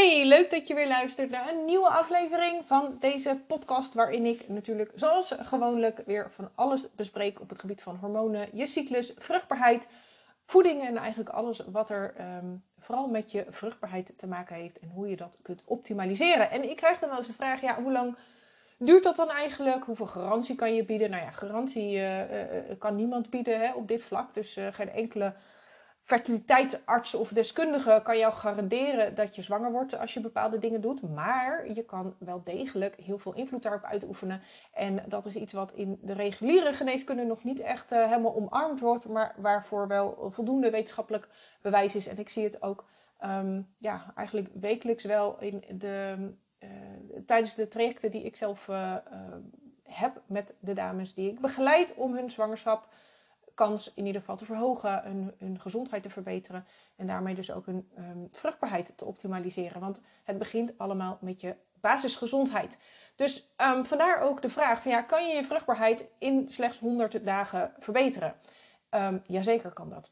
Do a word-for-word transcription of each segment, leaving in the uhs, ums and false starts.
Hey, leuk dat je weer luistert naar een nieuwe aflevering van deze podcast, waarin ik natuurlijk zoals gewoonlijk weer van alles bespreek op het gebied van hormonen, je cyclus, vruchtbaarheid, voeding en eigenlijk alles wat er um, vooral met je vruchtbaarheid te maken heeft en hoe je dat kunt optimaliseren. En ik krijg dan wel eens de vraag, ja, hoe lang duurt dat dan eigenlijk? Hoeveel garantie kan je bieden? Nou ja, garantie uh, uh, kan niemand bieden hè, op dit vlak, dus uh, geen enkele fertiliteitsarts of deskundige kan jou garanderen dat je zwanger wordt als je bepaalde dingen doet. Maar je kan wel degelijk heel veel invloed daarop uitoefenen. En dat is iets wat in de reguliere geneeskunde nog niet echt uh, helemaal omarmd wordt. Maar waarvoor wel voldoende wetenschappelijk bewijs is. En ik zie het ook um, ja, eigenlijk wekelijks wel in de, uh, tijdens de trajecten die ik zelf uh, uh, heb met de dames die ik begeleid om hun zwangerschap kans in ieder geval te verhogen, hun, hun gezondheid te verbeteren en daarmee dus ook hun um, vruchtbaarheid te optimaliseren. Want het begint allemaal met je basisgezondheid. Dus um, vandaar ook de vraag van ja, kan je je vruchtbaarheid in slechts honderd dagen verbeteren? Um, jazeker kan dat.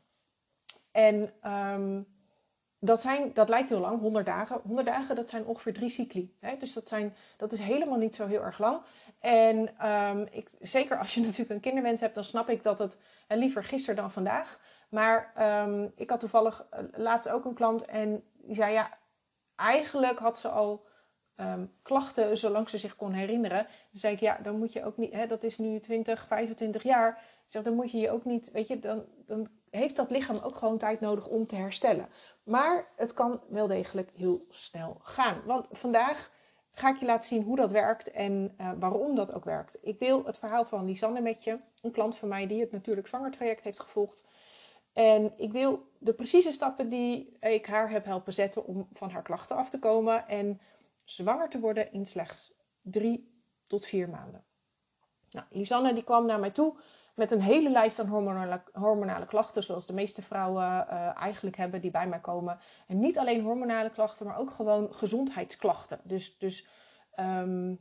En um, dat, zijn, dat lijkt heel lang, honderd dagen. honderd dagen, dat zijn ongeveer drie cycli. Hè? Dus dat, zijn, dat is helemaal niet zo heel erg lang. En um, ik, zeker als je natuurlijk een kinderwens hebt, dan snap ik dat het uh, liever gisteren dan vandaag. Maar um, ik had toevallig uh, laatst ook een klant en die zei ja, eigenlijk had ze al um, klachten zolang ze zich kon herinneren. Toen zei ik ja, dan moet je ook niet, hè, dat is nu twintig, vijfentwintig jaar. Ik zeg, dan moet je je ook niet, weet je, dan, dan heeft dat lichaam ook gewoon tijd nodig om te herstellen. Maar het kan wel degelijk heel snel gaan. Want vandaag ga ik je laten zien hoe dat werkt en uh, waarom dat ook werkt. Ik deel het verhaal van Lisanne met je. Een klant van mij die het natuurlijk zwangertraject heeft gevolgd. En ik deel de precieze stappen die ik haar heb helpen zetten om van haar klachten af te komen. En zwanger te worden in slechts drie tot vier maanden. Nou, Lisanne die kwam naar mij toe met een hele lijst aan hormonale, hormonale klachten, zoals de meeste vrouwen uh, eigenlijk hebben die bij mij komen. En niet alleen hormonale klachten, maar ook gewoon gezondheidsklachten. Dus, dus um,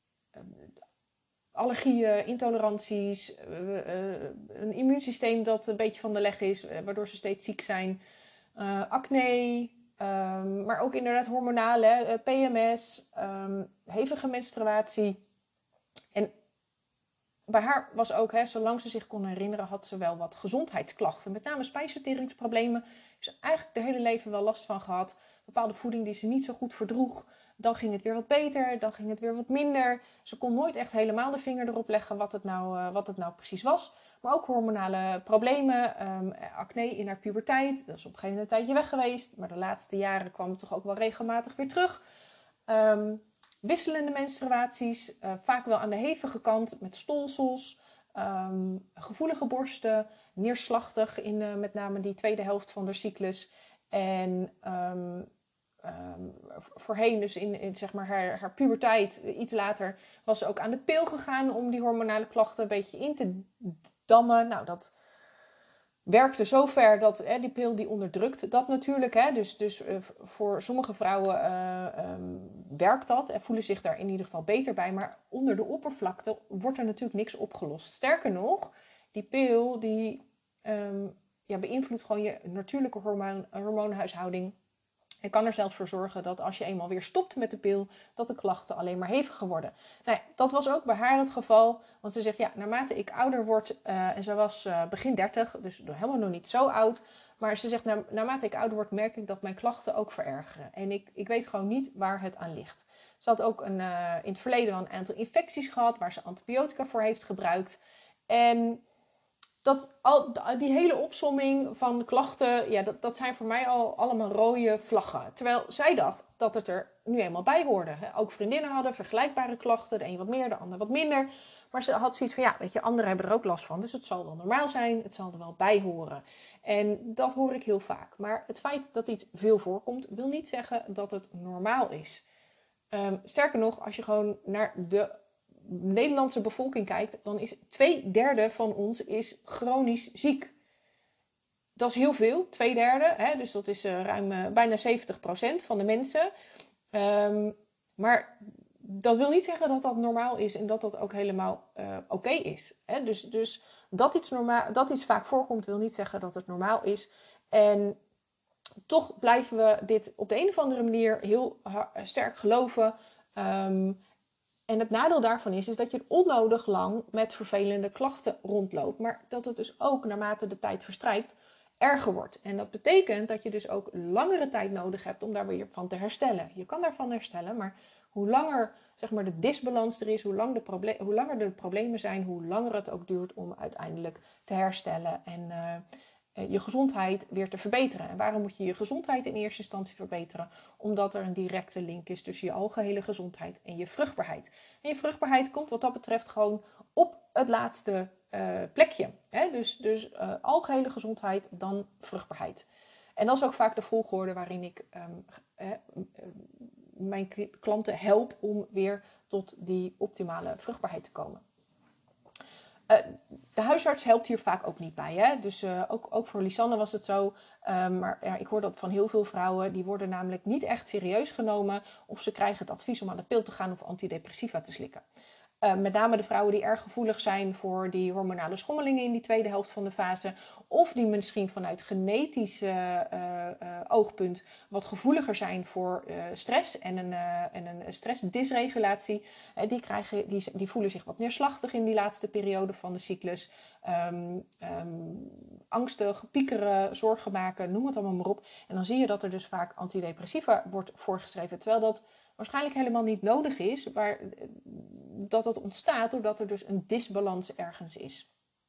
allergieën, intoleranties, uh, uh, een immuunsysteem dat een beetje van de leg is, uh, waardoor ze steeds ziek zijn. Uh, acne, um, maar ook inderdaad hormonale, uh, P M S, um, hevige menstruatie. En bij haar was ook, hè, zolang ze zich kon herinneren, had ze wel wat gezondheidsklachten. Met name spijsverteringsproblemen. Heeft ze eigenlijk haar hele leven wel last van gehad. Bepaalde voeding die ze niet zo goed verdroeg. Dan ging het weer wat beter, dan ging het weer wat minder. Ze kon nooit echt helemaal de vinger erop leggen wat het nou, uh, wat het nou precies was. Maar ook hormonale problemen, um, acne in haar puberteit. Dat is op een gegeven moment een tijdje weg geweest. Maar de laatste jaren kwam het toch ook wel regelmatig weer terug. Um, Wisselende menstruaties, uh, vaak wel aan de hevige kant met stolsels, um, gevoelige borsten, neerslachtig in uh, met name die tweede helft van de cyclus. En um, um, voorheen, dus in, in zeg maar haar, haar puberteit, iets later, was ze ook aan de pil gegaan om die hormonale klachten een beetje in te dammen. Nou, dat werkte zover dat hè, die pil die onderdrukt dat natuurlijk. Hè, dus dus uh, voor sommige vrouwen uh, um, werkt dat en voelen zich daar in ieder geval beter bij. Maar onder de oppervlakte wordt er natuurlijk niks opgelost. Sterker nog, die pil die um, ja, beïnvloedt gewoon je natuurlijke hormoon, hormoonhuishouding. En kan er zelfs voor zorgen dat als je eenmaal weer stopt met de pil, dat de klachten alleen maar heviger worden. Nou ja, dat was ook bij haar het geval. Want ze zegt, ja, naarmate ik ouder word, uh, en ze was uh, begin dertig, dus helemaal nog niet zo oud. Maar ze zegt, na, naarmate ik ouder word, merk ik dat mijn klachten ook verergeren. En ik, ik weet gewoon niet waar het aan ligt. Ze had ook een, uh, in het verleden al een aantal infecties gehad, waar ze antibiotica voor heeft gebruikt. En dat, al, die hele opsomming van klachten, ja, dat, dat zijn voor mij al allemaal rode vlaggen. Terwijl zij dacht dat het er nu eenmaal bij hoorde. Ook vriendinnen hadden vergelijkbare klachten, de een wat meer, de ander wat minder. Maar ze had zoiets van, ja, weet je, anderen hebben er ook last van. Dus het zal wel normaal zijn, het zal er wel bij horen. En dat hoor ik heel vaak. Maar het feit dat iets veel voorkomt, wil niet zeggen dat het normaal is. Um, sterker nog, als je gewoon naar de Nederlandse bevolking kijkt, dan is twee derde van ons is chronisch ziek. Dat is heel veel, twee derde. Hè? Dus dat is uh, ruim uh, bijna zeventig procent van de mensen. Um, maar dat wil niet zeggen dat dat normaal is en dat dat ook helemaal uh, oké okay is. Hè? Dus, dus dat, iets normaal, dat iets vaak voorkomt wil niet zeggen dat het normaal is. En toch blijven we dit op de een of andere manier heel sterk geloven. Um, en het nadeel daarvan is, is dat je onnodig lang met vervelende klachten rondloopt. Maar dat het dus ook naarmate de tijd verstrijkt erger wordt. En dat betekent dat je dus ook langere tijd nodig hebt om daar weer van te herstellen. Je kan daarvan herstellen, maar hoe langer zeg maar, de disbalans er is, hoe, lang de proble- hoe langer de problemen zijn, hoe langer het ook duurt om uiteindelijk te herstellen en uh, je gezondheid weer te verbeteren. En waarom moet je je gezondheid in eerste instantie verbeteren? Omdat er een directe link is tussen je algehele gezondheid en je vruchtbaarheid. En je vruchtbaarheid komt wat dat betreft gewoon op het laatste uh, plekje. Hè? Dus, dus uh, algehele gezondheid, dan vruchtbaarheid. En dat is ook vaak de volgorde waarin ik um, uh, uh, mijn klanten help om weer tot die optimale vruchtbaarheid te komen. Uh, de huisarts helpt hier vaak ook niet bij. Hè? Dus uh, ook, ook voor Lisanne was het zo. Um, maar ja, ik hoor dat van heel veel vrouwen. Die worden namelijk niet echt serieus genomen. Of ze krijgen het advies om aan de pil te gaan of antidepressiva te slikken. Uh, met name de vrouwen die erg gevoelig zijn voor die hormonale schommelingen in die tweede helft van de fase. Of die misschien vanuit genetisch uh, uh, uh, oogpunt wat gevoeliger zijn voor uh, stress en een, uh, en een stressdysregulatie. Uh, die, krijgen, die, die voelen zich wat neerslachtig in die laatste periode van de cyclus. Um, um, angstig, piekeren, zorgen maken, noem het allemaal maar op. En dan zie je dat er dus vaak antidepressiva wordt voorgeschreven. Terwijl dat waarschijnlijk helemaal niet nodig is, maar dat het ontstaat doordat er dus een disbalans ergens is.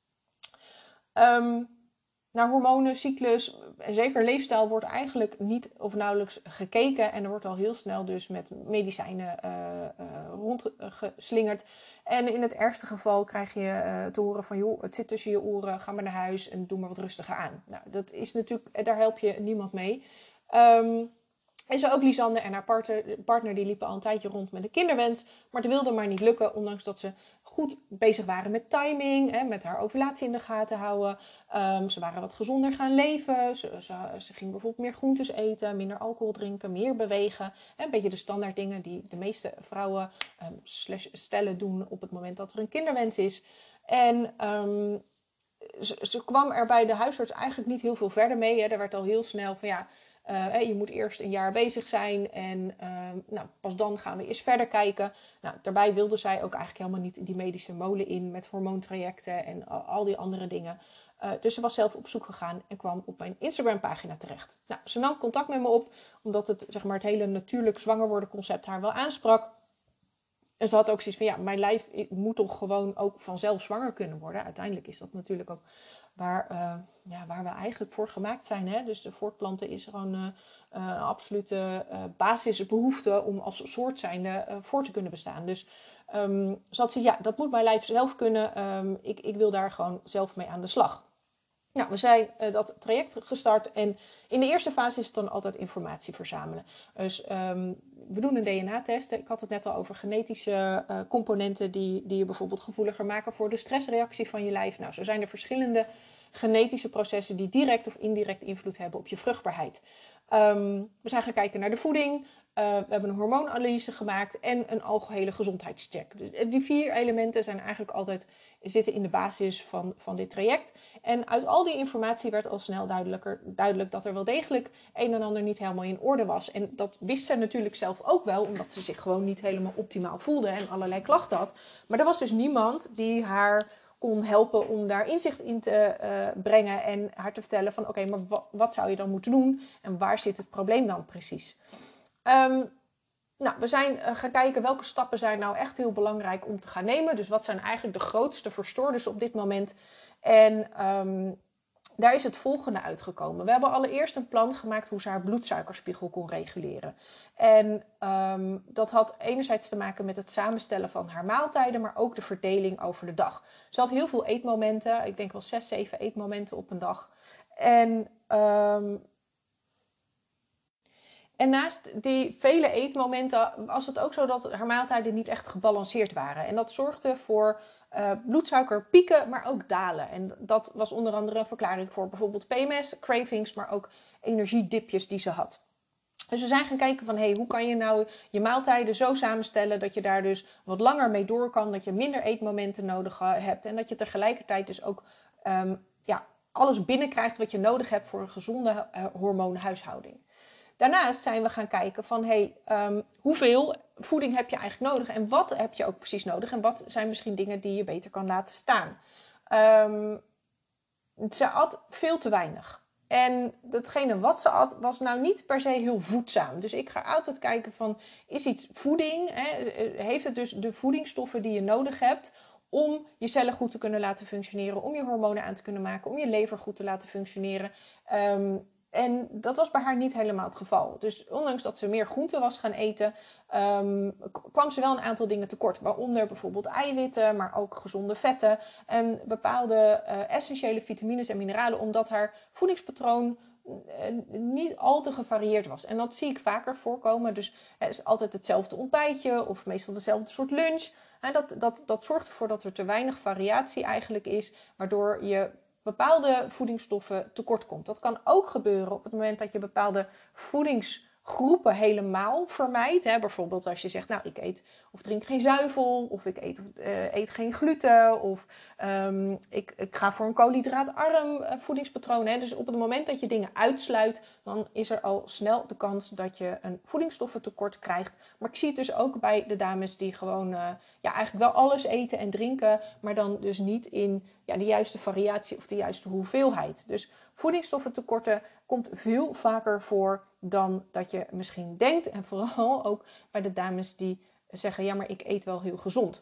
Um, naar hormonen, cyclus en zeker leefstijl wordt eigenlijk niet of nauwelijks gekeken. En er wordt al heel snel dus met medicijnen uh, uh, rondgeslingerd. En in het ergste geval krijg je uh, te horen van, joh, het zit tussen je oren, ga maar naar huis en doe maar wat rustiger aan. Nou, dat is natuurlijk, daar help je niemand mee. Um, En zo ook Lisanne en haar partner, partner die liepen al een tijdje rond met een kinderwens. Maar het wilde maar niet lukken, ondanks dat ze goed bezig waren met timing. Hè, met haar ovulatie in de gaten houden. Um, ze waren wat gezonder gaan leven. Ze, ze, ze ging bijvoorbeeld meer groentes eten, minder alcohol drinken, meer bewegen. Hè, een beetje de standaard dingen die de meeste vrouwen um, slash stellen doen op het moment dat er een kinderwens is. En um, ze, ze kwam er bij de huisarts eigenlijk niet heel veel verder mee. Hè. Er werd al heel snel van ja... Uh, je moet eerst een jaar bezig zijn en uh, nou, pas dan gaan we eens verder kijken. Nou, daarbij wilde zij ook eigenlijk helemaal niet die medische molen in met hormoontrajecten en al, al die andere dingen. Uh, dus ze was zelf op zoek gegaan en kwam op mijn Instagram pagina terecht. Nou, ze nam contact met me op omdat het, zeg maar, het hele natuurlijk zwanger worden concept haar wel aansprak. En ze had ook zoiets van ja, mijn lijf moet toch gewoon ook vanzelf zwanger kunnen worden. Uiteindelijk is dat natuurlijk ook waar, uh, ja, waar we eigenlijk voor gemaakt zijn. Hè? Dus de voortplanten is gewoon uh, uh, een absolute uh, basisbehoefte om als soort zijnde uh, voor te kunnen bestaan. Dus um, ze had zoiets, ja, dat moet mijn lijf zelf kunnen. Um, ik, ik wil daar gewoon zelf mee aan de slag. Nou, we zijn uh, dat traject gestart en in de eerste fase is het dan altijd informatie verzamelen. Dus um, we doen een D N A-test. Ik had het net al over genetische uh, componenten die, die je bijvoorbeeld gevoeliger maken voor de stressreactie van je lijf. Nou, zo zijn er verschillende genetische processen die direct of indirect invloed hebben op je vruchtbaarheid. Um, we zijn gaan kijken naar de voeding. Uh, we hebben een hormoonanalyse gemaakt en een algehele gezondheidscheck. Dus die vier elementen zijn eigenlijk altijd, zitten in de basis van, van dit traject. En uit al die informatie werd al snel duidelijker, duidelijk dat er wel degelijk een en ander niet helemaal in orde was. En dat wist ze natuurlijk zelf ook wel, omdat ze zich gewoon niet helemaal optimaal voelde en allerlei klachten had. Maar er was dus niemand die haar kon helpen om daar inzicht in te uh, brengen en haar te vertellen van oké, okay, maar wat, wat zou je dan moeten doen en waar zit het probleem dan precies? Um, nou, we zijn uh, gaan kijken welke stappen zijn nou echt heel belangrijk om te gaan nemen. Dus wat zijn eigenlijk de grootste verstoorders op dit moment? En um, daar is het volgende uitgekomen. We hebben allereerst een plan gemaakt hoe ze haar bloedsuikerspiegel kon reguleren. En um, dat had enerzijds te maken met het samenstellen van haar maaltijden, maar ook de verdeling over de dag. Ze had heel veel eetmomenten, ik denk wel zes, zeven eetmomenten op een dag. En... Um, En naast die vele eetmomenten was het ook zo dat haar maaltijden niet echt gebalanceerd waren. En dat zorgde voor uh, bloedsuikerpieken, maar ook dalen. En dat was onder andere een verklaring voor bijvoorbeeld P M S, cravings, maar ook energiedipjes die ze had. Dus we zijn gaan kijken van, hey, hoe kan je nou je maaltijden zo samenstellen dat je daar dus wat langer mee door kan, dat je minder eetmomenten nodig hebt en dat je tegelijkertijd dus ook um, ja, alles binnenkrijgt wat je nodig hebt voor een gezonde uh, hormoonhuishouding. Daarnaast zijn we gaan kijken van hey, um, hoeveel voeding heb je eigenlijk nodig en wat heb je ook precies nodig en wat zijn misschien dingen die je beter kan laten staan. Um, ze at veel te weinig. En datgene wat ze at was nou niet per se heel voedzaam. Dus ik ga altijd kijken van, is iets voeding? Hè? Heeft het dus de voedingsstoffen die je nodig hebt om je cellen goed te kunnen laten functioneren, om je hormonen aan te kunnen maken, om je lever goed te laten functioneren. Um, en dat was bij haar niet helemaal het geval. Dus ondanks dat ze meer groente was gaan eten, um, kwam ze wel een aantal dingen tekort. Waaronder bijvoorbeeld eiwitten, maar ook gezonde vetten en bepaalde uh, essentiële vitamines en mineralen, omdat haar voedingspatroon uh, niet al te gevarieerd was. En dat zie ik vaker voorkomen. Dus het is altijd hetzelfde ontbijtje of meestal dezelfde soort lunch. En dat, dat, dat zorgt ervoor dat er te weinig variatie eigenlijk is, waardoor je bepaalde voedingsstoffen tekort komt. Dat kan ook gebeuren op het moment dat je bepaalde voedingsgroepen helemaal vermijdt. Hè? Bijvoorbeeld als je zegt, nou ik eet of drink geen zuivel, of ik eet, uh, eet geen gluten, of um, ik, ik ga voor een koolhydraatarm uh, voedingspatroon. Hè? Dus op het moment dat je dingen uitsluit, dan is er al snel de kans dat je een voedingsstoffentekort krijgt. Maar ik zie het dus ook bij de dames die gewoon uh, ja, eigenlijk wel alles eten en drinken, maar dan dus niet in ja, de juiste variatie of de juiste hoeveelheid. Dus voedingsstoffentekorten komt veel vaker voor dan dat je misschien denkt. En vooral ook bij de dames die zeggen, ja, maar ik eet wel heel gezond.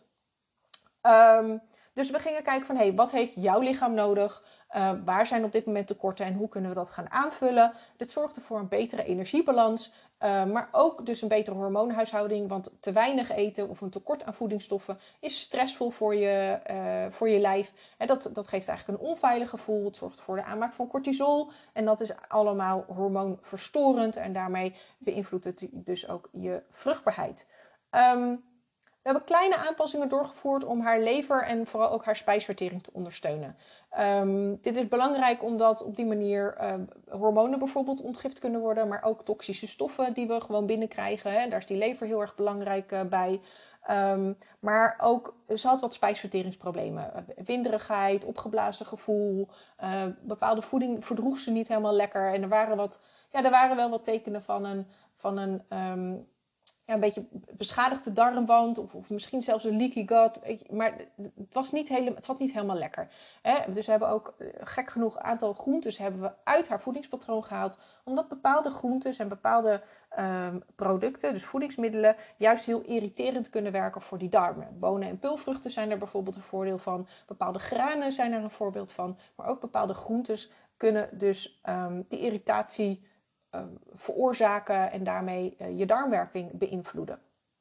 Um, dus we gingen kijken van, hey, wat heeft jouw lichaam nodig? Uh, waar zijn op dit moment tekorten en hoe kunnen we dat gaan aanvullen? Dit zorgde voor een betere energiebalans, uh, maar ook dus een betere hormoonhuishouding. Want te weinig eten of een tekort aan voedingsstoffen is stressvol voor je, uh, voor je lijf. En dat, dat geeft eigenlijk een onveilig gevoel. Het zorgt voor de aanmaak van cortisol. En dat is allemaal hormoonverstorend. En daarmee beïnvloedt het dus ook je vruchtbaarheid. Um, We hebben kleine aanpassingen doorgevoerd om haar lever en vooral ook haar spijsvertering te ondersteunen. Um, dit is belangrijk omdat op die manier uh, hormonen bijvoorbeeld ontgift kunnen worden, maar ook toxische stoffen die we gewoon binnenkrijgen. Hè. Daar is die lever heel erg belangrijk uh, bij. Um, maar ook, ze had wat spijsverteringsproblemen. Winderigheid, opgeblazen gevoel, uh, bepaalde voeding verdroeg ze niet helemaal lekker. En er waren, wat, ja, er waren wel wat tekenen van een... Van een um, Ja, een beetje beschadigde darmwand of, of misschien zelfs een leaky gut. Maar het, was niet hele, het zat niet helemaal lekker. Hè? Dus we hebben ook gek genoeg een aantal groentes hebben we uit haar voedingspatroon gehaald. Omdat bepaalde groentes en bepaalde um, producten, dus voedingsmiddelen, juist heel irriterend kunnen werken voor die darmen. Bonen en peulvruchten zijn er bijvoorbeeld een voordeel van. Bepaalde granen zijn er een voorbeeld van. Maar ook bepaalde groentes kunnen dus um, die irritatie Uh, veroorzaken en daarmee uh, je darmwerking beïnvloeden.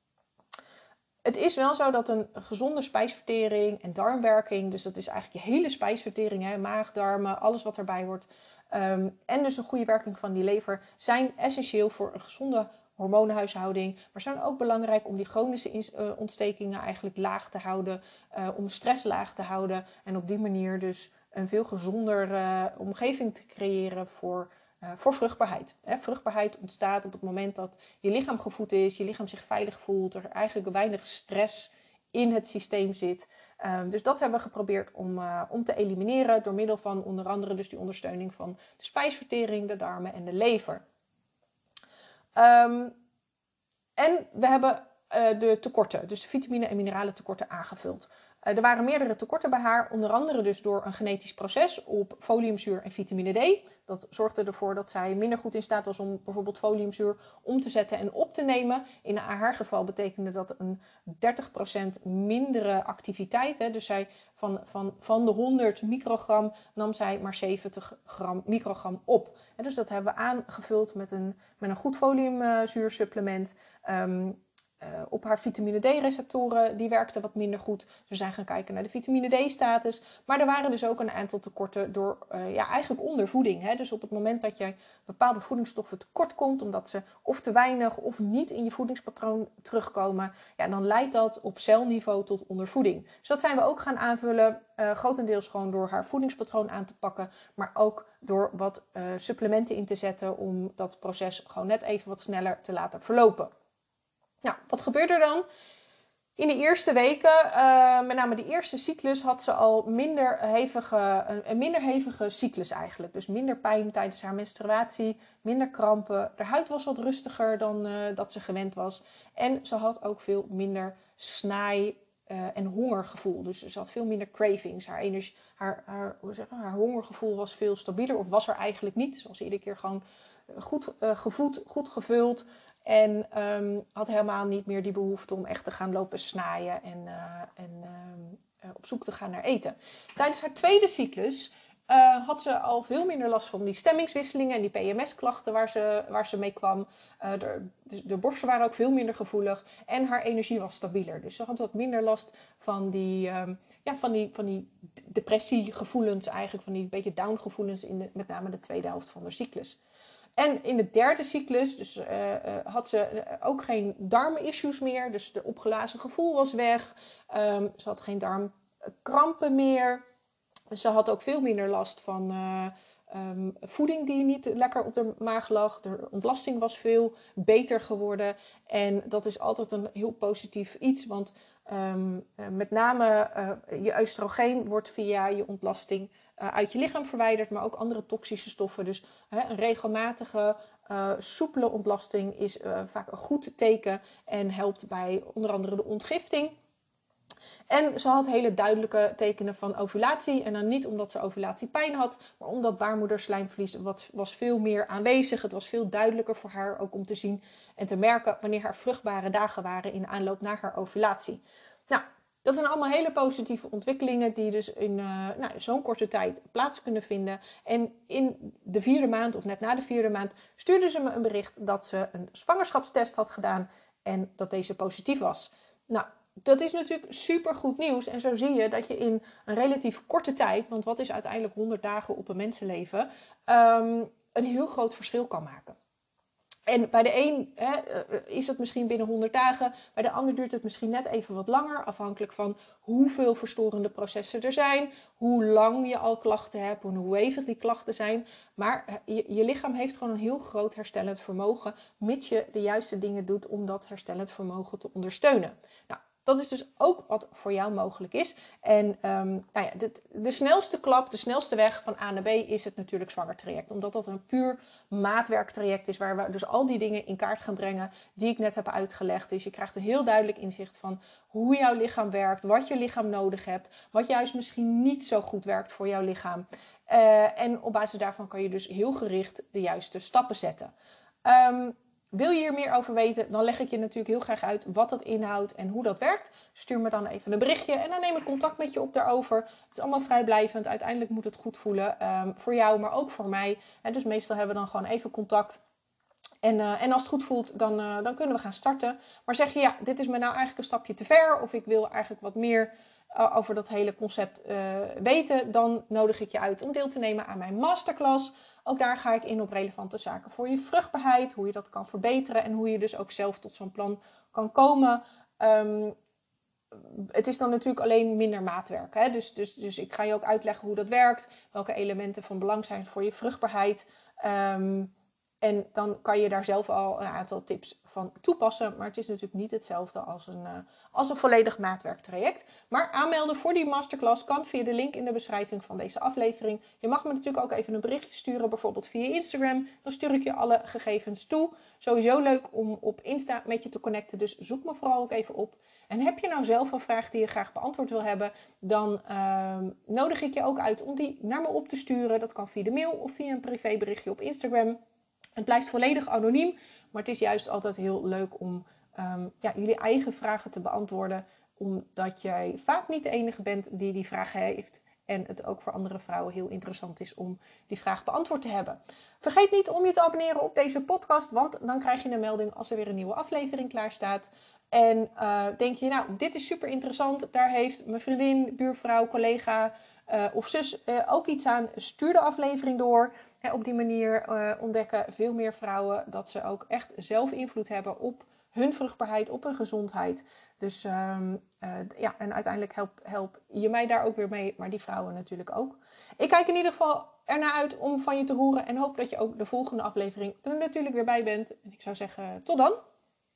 Het is wel zo dat een gezonde spijsvertering en darmwerking, dus dat is eigenlijk je hele spijsvertering, hè, maag, darmen, alles wat erbij hoort, um, en dus een goede werking van die lever, zijn essentieel voor een gezonde hormoonhuishouding, maar zijn ook belangrijk om die chronische uh, ontstekingen eigenlijk laag te houden, uh, om stress laag te houden en op die manier dus een veel gezondere uh, omgeving te creëren voor Uh, voor vruchtbaarheid. Hè, vruchtbaarheid ontstaat op het moment dat je lichaam gevoed is, je lichaam zich veilig voelt, er eigenlijk weinig stress in het systeem zit. Uh, dus dat hebben we geprobeerd om, uh, om te elimineren door middel van onder andere dus die ondersteuning van de spijsvertering, de darmen en de lever. Um, en we hebben uh, de tekorten, dus de vitamine en mineralen tekorten aangevuld. Uh, er waren meerdere tekorten bij haar, onder andere dus door een genetisch proces op foliumzuur en vitamine D. Dat zorgde ervoor dat zij minder goed in staat was om bijvoorbeeld foliumzuur om te zetten en op te nemen. In haar geval betekende dat een dertig procent mindere activiteit. Hè. Dus zij van, van, van de honderd microgram nam zij maar zeventig gram, microgram op. En dus dat hebben we aangevuld met een, met een goed foliumzuursupplement. Um, Uh, op haar vitamine D-receptoren, die werkten wat minder goed. Dus we zijn gaan kijken naar de vitamine D-status. Maar er waren dus ook een aantal tekorten door, uh, ja, eigenlijk ondervoeding. Hè? Dus op het moment dat je bepaalde voedingsstoffen tekort komt, omdat ze of te weinig of niet in je voedingspatroon terugkomen, ja, dan leidt dat op celniveau tot ondervoeding. Dus dat zijn we ook gaan aanvullen, uh, grotendeels gewoon door haar voedingspatroon aan te pakken, maar ook door wat uh, supplementen in te zetten om dat proces gewoon net even wat sneller te laten verlopen. Nou, wat gebeurt er dan? In de eerste weken, uh, met name de eerste cyclus, had ze al minder hevige, een minder hevige cyclus eigenlijk. Dus minder pijn tijdens haar menstruatie, minder krampen. De huid was wat rustiger dan uh, dat ze gewend was. En ze had ook veel minder snaai uh, en hongergevoel. Dus ze had veel minder cravings. Haar, energie, haar, haar, hoe zeggen, haar hongergevoel was veel stabieler, of was er eigenlijk niet. Ze was iedere keer gewoon goed uh, gevoed, goed gevuld. En um, had helemaal niet meer die behoefte om echt te gaan lopen snaaien en, uh, en uh, op zoek te gaan naar eten. Tijdens haar tweede cyclus uh, had ze al veel minder last van die stemmingswisselingen en die P M S-klachten waar ze, waar ze mee kwam. Uh, de, de, de borsten waren ook veel minder gevoelig en haar energie was stabieler. Dus ze had wat minder last van die, um, ja, van die, van die depressiegevoelens eigenlijk, van die beetje down-gevoelens in de, met name de tweede helft van de cyclus. En in de derde cyclus dus, uh, uh, had ze ook geen darmissues meer. Dus de opgelazen gevoel was weg. Um, ze had geen darmkrampen meer. Ze had ook veel minder last van uh, um, voeding die niet lekker op de maag lag. De ontlasting was veel beter geworden. En dat is altijd een heel positief iets. Want um, uh, met name uh, je oestrogeen wordt via je ontlasting Uh, uit je lichaam verwijderd, maar ook andere toxische stoffen. Dus hè, een regelmatige, uh, soepele ontlasting is uh, vaak een goed teken en helpt bij onder andere de ontgifting. En ze had hele duidelijke tekenen van ovulatie. En dan niet omdat ze ovulatiepijn had, maar omdat baarmoederslijmvlies wat, was veel meer aanwezig. Het was veel duidelijker voor haar ook om te zien en te merken wanneer haar vruchtbare dagen waren in aanloop naar haar ovulatie. Nou, dat zijn allemaal hele positieve ontwikkelingen die dus in uh, nou, zo'n korte tijd plaats kunnen vinden. En in de vierde maand of net na de vierde maand stuurde ze me een bericht dat ze een zwangerschapstest had gedaan en dat deze positief was. Nou, dat is natuurlijk super goed nieuws. En zo zie je dat je in een relatief korte tijd, want wat is uiteindelijk honderd dagen op een mensenleven, um, een heel groot verschil kan maken. En bij de een hè, is het misschien binnen honderd dagen. Bij de ander duurt het misschien net even wat langer. Afhankelijk van hoeveel verstorende processen er zijn. Hoe lang je al klachten hebt. En hoe hevig die klachten zijn. Maar je, je lichaam heeft gewoon een heel groot herstellend vermogen. Mits je de juiste dingen doet om dat herstellend vermogen te ondersteunen. Nou, dat is dus ook wat voor jou mogelijk is. En um, nou ja, de, de snelste klap, de snelste weg van A naar B is het natuurlijk zwangertraject. Omdat dat een puur maatwerktraject is waar we dus al die dingen in kaart gaan brengen die ik net heb uitgelegd. Dus je krijgt een heel duidelijk inzicht van hoe jouw lichaam werkt, wat je lichaam nodig hebt, wat juist misschien niet zo goed werkt voor jouw lichaam. Uh, en op basis daarvan kan je dus heel gericht de juiste stappen zetten. Um, Wil je hier meer over weten, dan leg ik je natuurlijk heel graag uit wat dat inhoudt en hoe dat werkt. Stuur me dan even een berichtje en dan neem ik contact met je op daarover. Het is allemaal vrijblijvend. Uiteindelijk moet het goed voelen um, voor jou, maar ook voor mij. En dus meestal hebben we dan gewoon even contact. En, uh, en als het goed voelt, dan, uh, dan kunnen we gaan starten. Maar zeg je, ja, dit is me nou eigenlijk een stapje te ver. Of ik wil eigenlijk wat meer uh, over dat hele concept uh, weten. Dan nodig ik je uit om deel te nemen aan mijn masterclass. Ook daar ga ik in op relevante zaken voor je vruchtbaarheid. Hoe je dat kan verbeteren. En hoe je dus ook zelf tot zo'n plan kan komen. Um, het is dan natuurlijk alleen minder maatwerk. Hè? Dus, dus, dus ik ga je ook uitleggen hoe dat werkt. Welke elementen van belang zijn voor je vruchtbaarheid. Um, En dan kan je daar zelf al een aantal tips van toepassen. Maar het is natuurlijk niet hetzelfde als een, uh, als een volledig maatwerktraject. Maar aanmelden voor die masterclass kan via de link in de beschrijving van deze aflevering. Je mag me natuurlijk ook even een berichtje sturen, bijvoorbeeld via Instagram. Dan stuur ik je alle gegevens toe. Sowieso leuk om op Insta met je te connecten, dus zoek me vooral ook even op. En heb je nou zelf een vraag die je graag beantwoord wil hebben, dan uh, nodig ik je ook uit om die naar me op te sturen. Dat kan via de mail of via een privéberichtje op Instagram. Het blijft volledig anoniem, maar het is juist altijd heel leuk om um, ja, jullie eigen vragen te beantwoorden. Omdat jij vaak niet de enige bent die die vragen heeft. En het ook voor andere vrouwen heel interessant is om die vraag beantwoord te hebben. Vergeet niet om je te abonneren op deze podcast, want dan krijg je een melding als er weer een nieuwe aflevering klaar staat. En uh, denk je, nou, dit is super interessant. Daar heeft mijn vriendin, buurvrouw, collega uh, of zus uh, ook iets aan. Stuur de aflevering door. He, op die manier uh, ontdekken veel meer vrouwen dat ze ook echt zelf invloed hebben op hun vruchtbaarheid, op hun gezondheid. Dus um, uh, ja, en uiteindelijk help, help je mij daar ook weer mee, maar die vrouwen natuurlijk ook. Ik kijk in ieder geval ernaar uit om van je te horen en hoop dat je ook de volgende aflevering er natuurlijk weer bij bent. En ik zou zeggen, tot dan!